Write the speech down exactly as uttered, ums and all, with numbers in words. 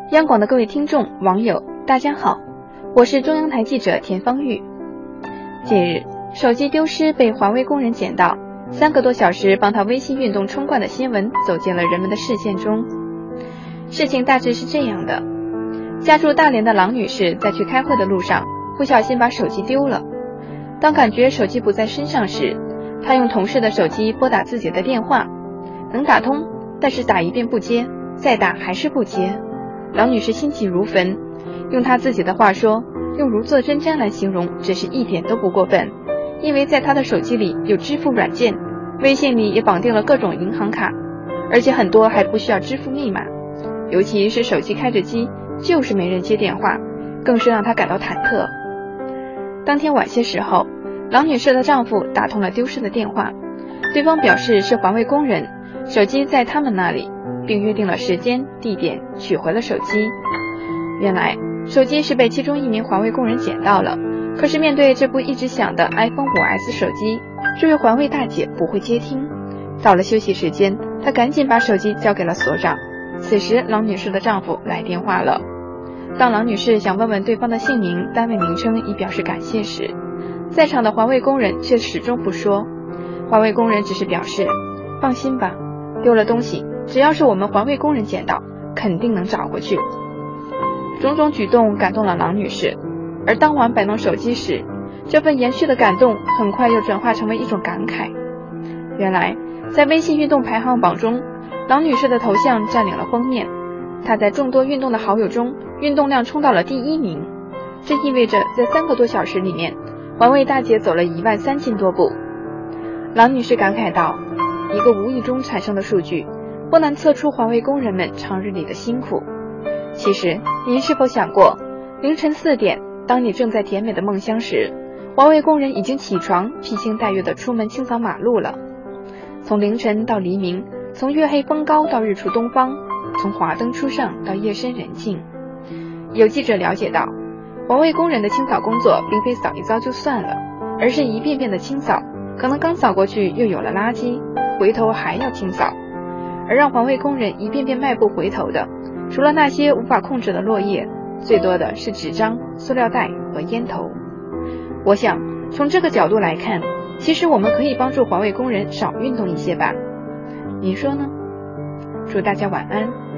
央广的各位听众、网友，大家好，我是中央台记者田芳玉。近日，手机丢失被环卫工人捡到，三个多小时帮他微信运动冲冠的新闻走进了人们的视线中。事情大致是这样的：家住大连的郎女士在去开会的路上，不小心把手机丢了。当感觉手机不在身上时，她用同事的手机拨打自己的电话，能打通，但是打一遍不接，再打还是不接。郎女士心急如焚，用她自己的话说，用如坐针毡来形容，这是一点都不过分。因为在她的手机里有支付软件，微信里也绑定了各种银行卡，而且很多还不需要支付密码。尤其是手机开着机，就是没人接电话，更是让她感到忐忑。当天晚些时候，郎女士的丈夫打通了丢失的电话，对方表示是环卫工人，手机在他们那里，并约定了时间、地点，取回了手机。原来手机是被其中一名环卫工人捡到了，可是面对这部一直响的 iPhone 五 S 手机，这位环卫大姐不会接听。到了休息时间，她赶紧把手机交给了所长。此时郎女士的丈夫来电话了，当郎女士想问问对方的姓名、单位名称以表示感谢时，在场的环卫工人却始终不说。环卫工人只是表示，放心吧，丢了东西只要是我们环卫工人捡到，肯定能找回去。种种举动感动了郎女士，而当晚摆弄手机时，这份延续的感动很快又转化成为一种感慨。原来在微信运动排行榜中，郎女士的头像占领了封面，她在众多运动的好友中，运动量冲到了第一名。这意味着在三个多小时里面，环卫大姐走了一万三千多步。郎女士感慨道，一个无意中产生的数据，不难测出环卫工人们长日里的辛苦。其实您是否想过，凌晨四点，当你正在甜美的梦乡时，环卫工人已经起床，披星戴月地出门清扫马路了。从凌晨到黎明，从月黑风高到日出东方，从华灯初上到夜深人静。有记者了解到，环卫工人的清扫工作并非扫一遭就算了，而是一遍遍的清扫，可能刚扫过去又有了垃圾，回头还要清扫。而让环卫工人一遍遍迈步回头的，除了那些无法控制的落叶，最多的是纸张、塑料袋和烟头。我想从这个角度来看，其实我们可以帮助环卫工人少运动一些吧，您说呢？祝大家晚安。